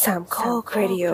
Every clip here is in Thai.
สามข้อครดิโอ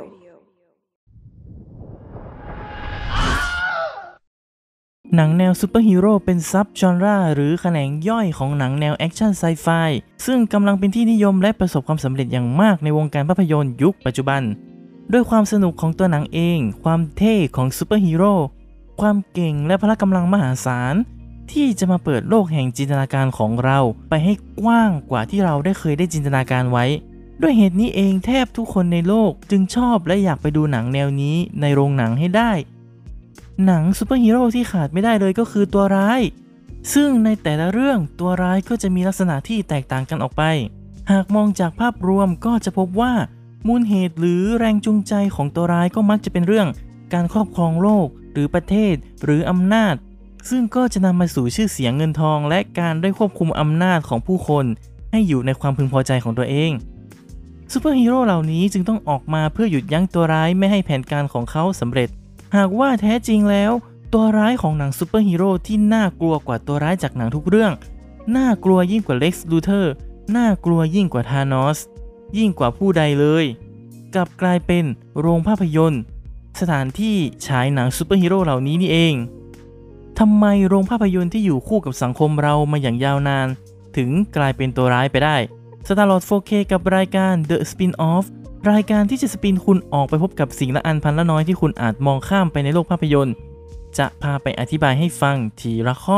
หนังแนวซูเปอร์ฮีโร่เป็นซับจอนราหรือแขนงย่อยของหนังแนวแอคชั่นไซไฟซึ่งกำลังเป็นที่นิยมและประสบความสำเร็จอย่างมากในวงการภาพยนตร์ยุคปัจจุบันด้วยความสนุกของตัวหนังเองความเท่ของซูเปอร์ฮีโร่ความเก่งและพละกำลังมหาศาลที่จะมาเปิดโลกแห่งจินตนาการของเราไปให้กว้างกว่าที่เราได้เคยได้จินตนาการไว้ด้วยเหตุนี้เองแทบทุกคนในโลกจึงชอบและอยากไปดูหนังแนวนี้ในโรงหนังให้ได้หนังซูเปอร์ฮีโร่ที่ขาดไม่ได้เลยก็คือตัวร้ายซึ่งในแต่ละเรื่องตัวร้ายก็จะมีลักษณะที่แตกต่างกันออกไปหากมองจากภาพรวมก็จะพบว่ามูลเหตุหรือแรงจูงใจของตัวร้ายก็มักจะเป็นเรื่องการครอบครองโลกหรือประเทศหรืออำนาจซึ่งก็จะนำมาสู่ชื่อเสียงเงินทองและการได้ควบคุมอำนาจของผู้คนให้อยู่ในความพึงพอใจของตัวเองซูเปอร์ฮีโร่เหล่านี้จึงต้องออกมาเพื่อหยุดยั้งตัวร้ายไม่ให้แผนการของเขาสำเร็จหากว่าแท้จริงแล้วตัวร้ายของหนังซูเปอร์ฮีโร่ที่น่ากลัวกว่าตัวร้ายจากหนังทุกเรื่องน่ากลัวยิ่งกว่าเล็กซ์ลูเทอร์น่ากลัวยิ่งกว่าธานอสยิ่งกว่าผู้ใดเลยกลับกลายเป็นโรงภาพยนตร์สถานที่ฉายหนังซูเปอร์ฮีโร่เหล่านี้นี่เองทำไมโรงภาพยนตร์ที่อยู่คู่กับสังคมเรามาอย่างยาวนานถึงกลายเป็นตัวร้ายไปได้ Starlord 4K กับรายการ The Spin-off รายการที่จะสปินคุณออกไปพบกับสิ่งละอันพันละน้อยที่คุณอาจมองข้ามไปในโลกภาพยนตร์จะพาไปอธิบายให้ฟังทีละข้อ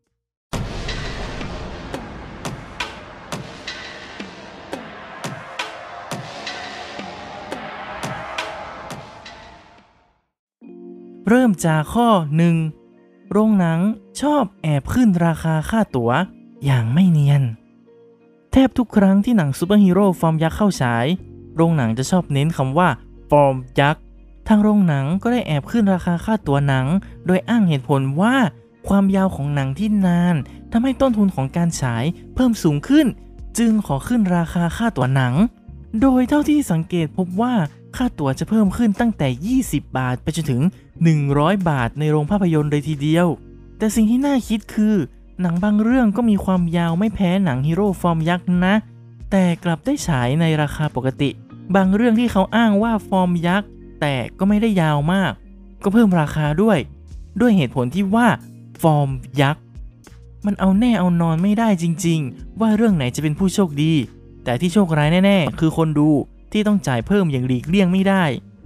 เริ่มจากข้อ 1. โรงหนังชอบแอบขึ้นราคาค่าตั๋วอย่างไม่เนียนแทบทุกครั้งที่หนังซูเปอร์ฮีโร่ฟอร์มยักษ์เข้าฉายโรงหนังจะชอบเน้นคำว่าฟอร์มยักษ์ทางโรงหนังก็ได้แอบขึ้นราคาค่าตั๋วหนังโดยอ้างเหตุผลว่าความยาวของหนังที่นานทำให้ต้นทุนของการฉายเพิ่มสูงขึ้นจึงขอขึ้นราคาค่าตั๋วหนังโดยเท่าที่สังเกตพบว่าค่าตั๋วจะเพิ่มขึ้นตั้งแต่20 บาทไปจนถึง100 บาทในโรงภาพยนตร์เลยทีเดียวแต่สิ่งที่น่าคิดคือหนังบางเรื่องก็มีความยาวไม่แพ้หนังฮีโร่ฟอร์มยักษ์นะแต่กลับได้ฉายในราคาปกติบางเรื่องที่เขาอ้างว่าฟอร์มยักษ์แต่ก็ไม่ได้ยาวมากก็เพิ่มราคาด้วยเหตุผลที่ว่าฟอร์มยักษ์มันเอาแน่เอานอนไม่ได้จริงๆว่าเรื่องไหนจะเป็นผู้โชคดีแต่ที่โชคร้ายแน่ๆคือคนดูที่ต้องจ่ายเพิ่มอย่างหลีกเลี่ยงไม่ได้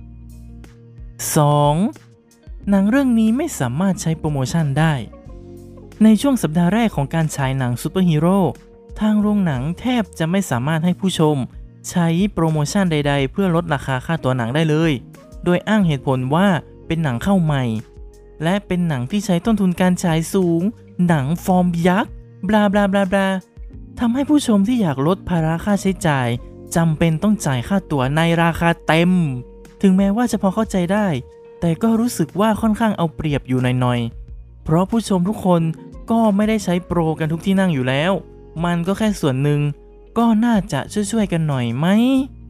2. หนังเรื่องนี้ไม่สามารถใช้โปรโมชั่นได้ในช่วงสัปดาห์แรกของการฉายหนังซูเปอร์ฮีโร่ทางโรงหนังแทบจะไม่สามารถให้ผู้ชมใช้โปรโมชั่นใดๆเพื่อลดราคาค่าตั๋วหนังได้เลยโดยอ้างเหตุผลว่าเป็นหนังเข้าใหม่และเป็นหนังที่ใช้ต้นทุนการฉายสูงหนังฟอร์มยักษ์บลาบลาบลาบลาทำให้ผู้ชมที่อยากลดภาระค่าใช้จ่ายจำเป็นต้องจ่ายค่าตั๋วในราคาเต็มถึงแม้ว่าจะพอเข้าใจได้แต่ก็รู้สึกว่าค่อนข้างเอาเปรียบอยู่หน่อยๆเพราะผู้ชมทุกคนก็ไม่ได้ใช้โปรกันทุกที่นั่งอยู่แล้วมันก็แค่ส่วนหนึ่งก็น่าจะช่วยๆกันหน่อยไหม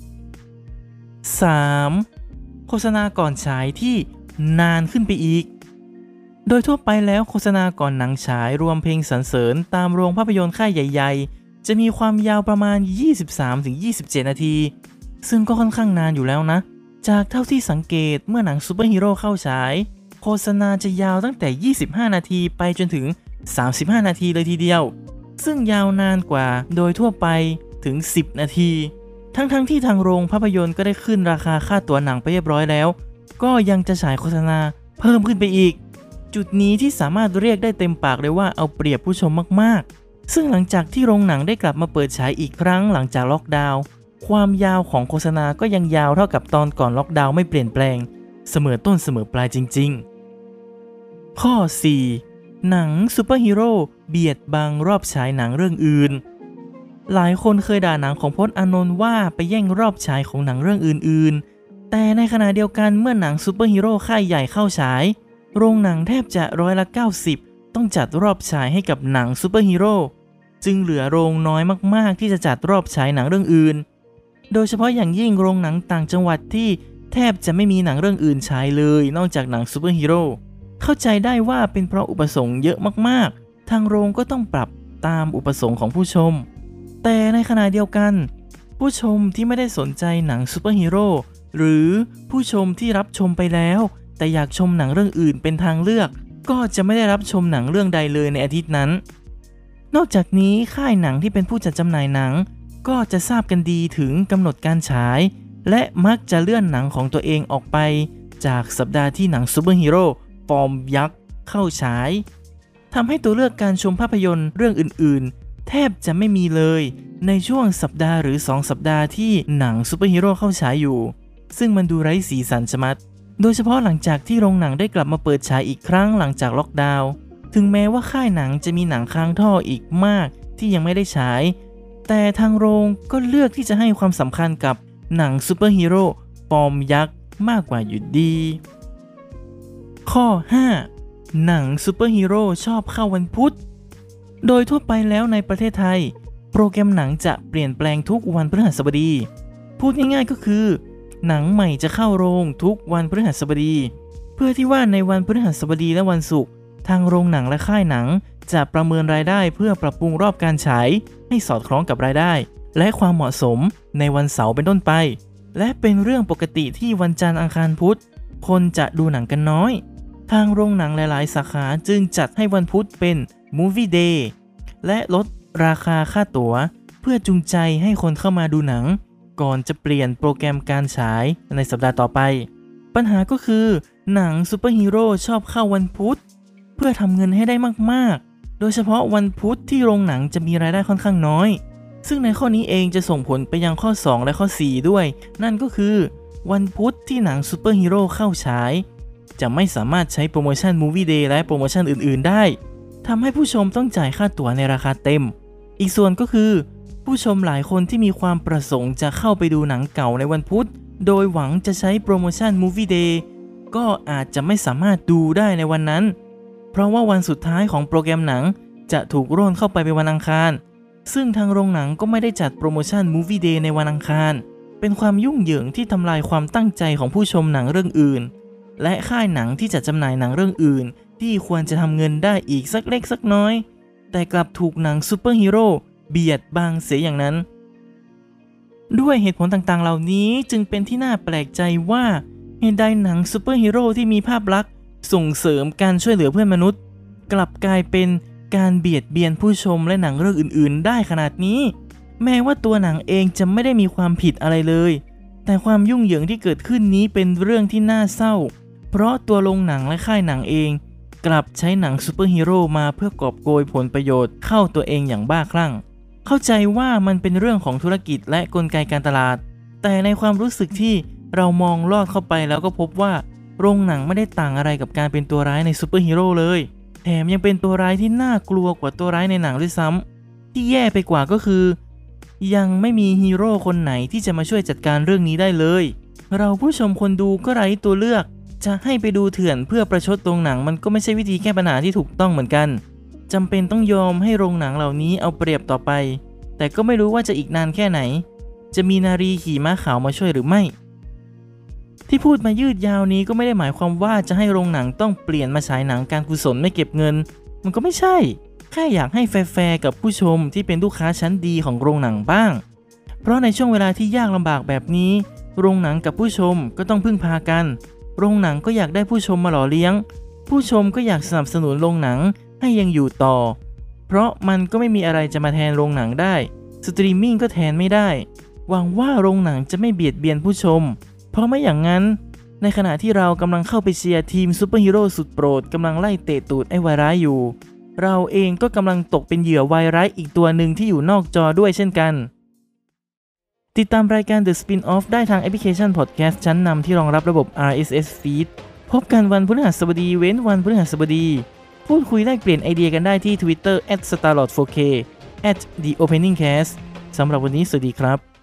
3. โฆษณาก่อนฉายที่นานขึ้นไปอีกโดยทั่วไปแล้วโฆษณาก่อนหนังฉายรวมเพลงสรรเสริญตามโรงภาพยนตร์ค่ายใหญ่ๆจะมีความยาวประมาณ 23-27 นาทีซึ่งก็ค่อนข้างนานอยู่แล้วนะจากเท่าที่สังเกตเมื่อหนังซูเปอร์ฮีโร่เข้าฉายโฆษณาจะยาวตั้งแต่25 นาทีไปจนถึง35 นาทีเลยทีเดียวซึ่งยาวนานกว่าโดยทั่วไปถึง10 นาทีทั้งที่ทางโรงภาพยนตร์ก็ได้ขึ้นราคาค่าตั๋วหนังไปเรียบร้อยแล้วก็ยังจะฉายโฆษณาเพิ่มขึ้นไปอีกจุดนี้ที่สามารถเรียกได้เต็มปากเลยว่าเอาเปรียบผู้ชมมากๆซึ่งหลังจากที่โรงหนังได้กลับมาเปิดฉายอีกครั้งหลังจากล็อกดาวน์ความยาวของโฆษณาก็ยังยาวเท่ากับตอนก่อนล็อกดาวน์ไม่เปลี่ยนแปลงเสมอต้นเสมอปลายจริงๆข้อ 4. หนังซูเปอร์ฮีโร่เบียดบังรอบฉายหนังเรื่องอื่นหลายคนเคยด่าหนังของพจน์อานนท์ว่าไปแย่งรอบฉายของหนังเรื่องอื่นๆแต่ในขณะเดียวกันเมื่อหนังซูเปอร์ฮีโร่ค่ายใหญ่เข้าฉายโรงหนังแทบจะ90%ต้องจัดรอบฉายให้กับหนังซูเปอร์ฮีโร่จึงเหลือโรงน้อยมากๆที่จะจัดรอบฉายหนังเรื่องอื่นโดยเฉพาะอย่างยิ่งโรงหนังต่างจังหวัดที่แทบจะไม่มีหนังเรื่องอื่นฉายเลยนอกจากหนังซูเปอร์ฮีโร่เข้าใจได้ว่าเป็นเพราะอุปสงค์เยอะมากๆทางโรงก็ต้องปรับตามอุปสงค์ของผู้ชมแต่ในขณะเดียวกันผู้ชมที่ไม่ได้สนใจหนังซูเปอร์ฮีโร่หรือผู้ชมที่รับชมไปแล้วแต่อยากชมหนังเรื่องอื่นเป็นทางเลือกก็จะไม่ได้รับชมหนังเรื่องใดเลยในอาทิตย์นั้นนอกจากนี้ค่ายหนังที่เป็นผู้จัดจำหน่ายหนังก็จะทราบกันดีถึงกำหนดการฉายและมักจะเลื่อนหนังของตัวเองออกไปจากสัปดาห์ที่หนังซูเปอร์ฮีโร่ฟอร์มยักษ์เข้าฉายทำให้ตัวเลือกการชมภาพยนตร์เรื่องอื่นๆแทบจะไม่มีเลยในช่วงสัปดาห์หรือ2สัปดาห์ที่หนังซูเปอร์ฮีโร่เข้าฉายอยู่ซึ่งมันดูไร้สีสันชะมัดโดยเฉพาะหลังจากที่โรงหนังได้กลับมาเปิดฉายอีกครั้งหลังจากล็อกดาวน์ถึงแม้ว่าค่ายหนังจะมีหนังค้างท่ออีกมากที่ยังไม่ได้ฉายแต่ทางโรงก็เลือกที่จะให้ความสำคัญกับหนังซูเปอร์ฮีโร่ฟอร์มยักษ์มากกว่าอยู่ดีข้อ 5 หนังซูเปอร์ฮีโร่ชอบเข้าวันพุธโดยทั่วไปแล้วในประเทศไทยโปรแกรมหนังจะเปลี่ยนแปลงทุกวันพฤหัสบดีพูดง่ายๆก็คือหนังใหม่จะเข้าโรงทุกวันพฤหัสบดีเพื่อที่ว่าในวันพฤหัสบดีและวันศุกร์ทางโรงหนังและค่ายหนังจะประเมินรายได้เพื่อปรับปรุงรอบการฉายให้สอดคล้องกับรายได้และความเหมาะสมในวันเสาร์เป็นต้นไปและเป็นเรื่องปกติที่วันจันทร์อังคารพุธคนจะดูหนังกันน้อยทางโรงหนังหลายๆสาขาจึงจัดให้วันพุธเป็น Movie Day และลดราคาค่าตั๋วเพื่อจูงใจให้คนเข้ามาดูหนังก่อนจะเปลี่ยนโปรแกรมการฉายในสัปดาห์ต่อไปปัญหาก็คือหนังซูเปอร์ฮีโร่ชอบเข้าวันพุธเพื่อทำเงินให้ได้มากๆโดยเฉพาะวันพุธที่โรงหนังจะมีรายได้ค่อนข้างน้อยซึ่งในข้อนี้เองจะส่งผลไปยังข้อ2และข้อ4ด้วยนั่นก็คือวันพุธที่หนังซูเปอร์ฮีโร่เข้าฉายจะไม่สามารถใช้โปรโมชั่น Movie Day และโปรโมชั่นอื่นๆได้ทำให้ผู้ชมต้องจ่ายค่าตั๋วในราคาเต็มอีกส่วนก็คือผู้ชมหลายคนที่มีความประสงค์จะเข้าไปดูหนังเก่าในวันพุธโดยหวังจะใช้โปรโมชั่น Movie Day ก็อาจจะไม่สามารถดูได้ในวันนั้นเพราะว่าวันสุดท้ายของโปรแกรมหนังจะถูกโร่นเข้าไปเป็นวันอังคารซึ่งทางโรงหนังก็ไม่ได้จัดโปรโมชั่น Movie Day ในวันอังคารเป็นความยุ่งเหยิงที่ทำลายความตั้งใจของผู้ชมหนังเรื่องอื่นและค่ายหนังที่จัดจำหน่ายหนังเรื่องอื่นที่ควรจะทำเงินได้อีกสักเล็กสักน้อยแต่กลับถูกหนังซูเปอร์ฮีโร่เบียดบังเสียอย่างนั้นด้วยเหตุผลต่างๆเหล่านี้จึงเป็นที่น่าแปลกใจว่าเหตุใดหนังซูเปอร์ฮีโร่ที่มีภาพลักษณ์ส่งเสริมการช่วยเหลือเพื่อนมนุษย์กลับกลายเป็นการเบียดเบียนผู้ชมและหนังเรื่องอื่นๆได้ขนาดนี้แม้ว่าตัวหนังเองจะไม่ได้มีความผิดอะไรเลยแต่ความยุ่งเหยิงที่เกิดขึ้นนี้เป็นเรื่องที่น่าเศร้าเพราะตัวโรงหนังและค่ายหนังเองกลับใช้หนังซูเปอร์ฮีโร่มาเพื่อกอบโกยผลประโยชน์เข้าตัวเองอย่างบ้าคลั่งเข้าใจว่ามันเป็นเรื่องของธุรกิจและกลไกการตลาดแต่ในความรู้สึกที่เรามองลอดเข้าไปแล้วก็พบว่าโรงหนังไม่ได้ต่างอะไรกับการเป็นตัวร้ายในซูเปอร์ฮีโร่เลยแถมยังเป็นตัวร้ายที่น่ากลัวกว่าตัวร้ายในหนังด้วยซ้ำที่แย่ไปกว่าก็คือยังไม่มีฮีโร่คนไหนที่จะมาช่วยจัดการเรื่องนี้ได้เลยเราผู้ชมคนดูก็ไร้ตัวเลือกจะให้ไปดูเถื่อนเพื่อประชดโรงหนังมันก็ไม่ใช่วิธีแก้ปัญหาที่ถูกต้องเหมือนกันจำเป็นต้องยอมให้โรงหนังเหล่านี้เอาเปรียบต่อไปแต่ก็ไม่รู้ว่าจะอีกนานแค่ไหนจะมีนารีขี่ม้าขาวมาช่วยหรือไม่ที่พูดมายืดยาวนี้ก็ไม่ได้หมายความว่าจะให้โรงหนังต้องเปลี่ยนมาฉายหนังการกุศลไม่เก็บเงินมันก็ไม่ใช่แค่อยากให้แฟร์ๆกับผู้ชมที่เป็นลูกค้าชั้นดีของโรงหนังบ้างเพราะในช่วงเวลาที่ยากลำบากแบบนี้โรงหนังกับผู้ชมก็ต้องพึ่งพากันโรงหนังก็อยากได้ผู้ชมมาหล่อเลี้ยงผู้ชมก็อยากสนับสนุนโรงหนังให้ยังอยู่ต่อเพราะมันก็ไม่มีอะไรจะมาแทนโรงหนังได้สตรีมมิ่งก็แทนไม่ได้หวังว่าโรงหนังจะไม่เบียดเบียนผู้ชมเพราะไม่อย่างนั้นในขณะที่เรากำลังเข้าไปเชียร์ทีมซูเปอร์ฮีโร่สุดโปรดกำลังไล่เตะตูดไอ้วายร้ายอยู่เราเองก็กำลังตกเป็นเหยื่อวายร้ายอีกตัวหนึ่งที่อยู่นอกจอด้วยเช่นกันติดตามรายการ The Spin-Off ได้ทางแอปพลิเคชันพอดแคสต์ชั้นนำที่รองรับระบบ RSS Feed พบกันวันพฤหัสบดีเว้นวันพฤหัสบดีพูดคุยแลกเปลี่ยนไอเดียกันได้ที่ Twitter @starlord4k @theopeningcast สำหรับวันนี้สวัสดีครับ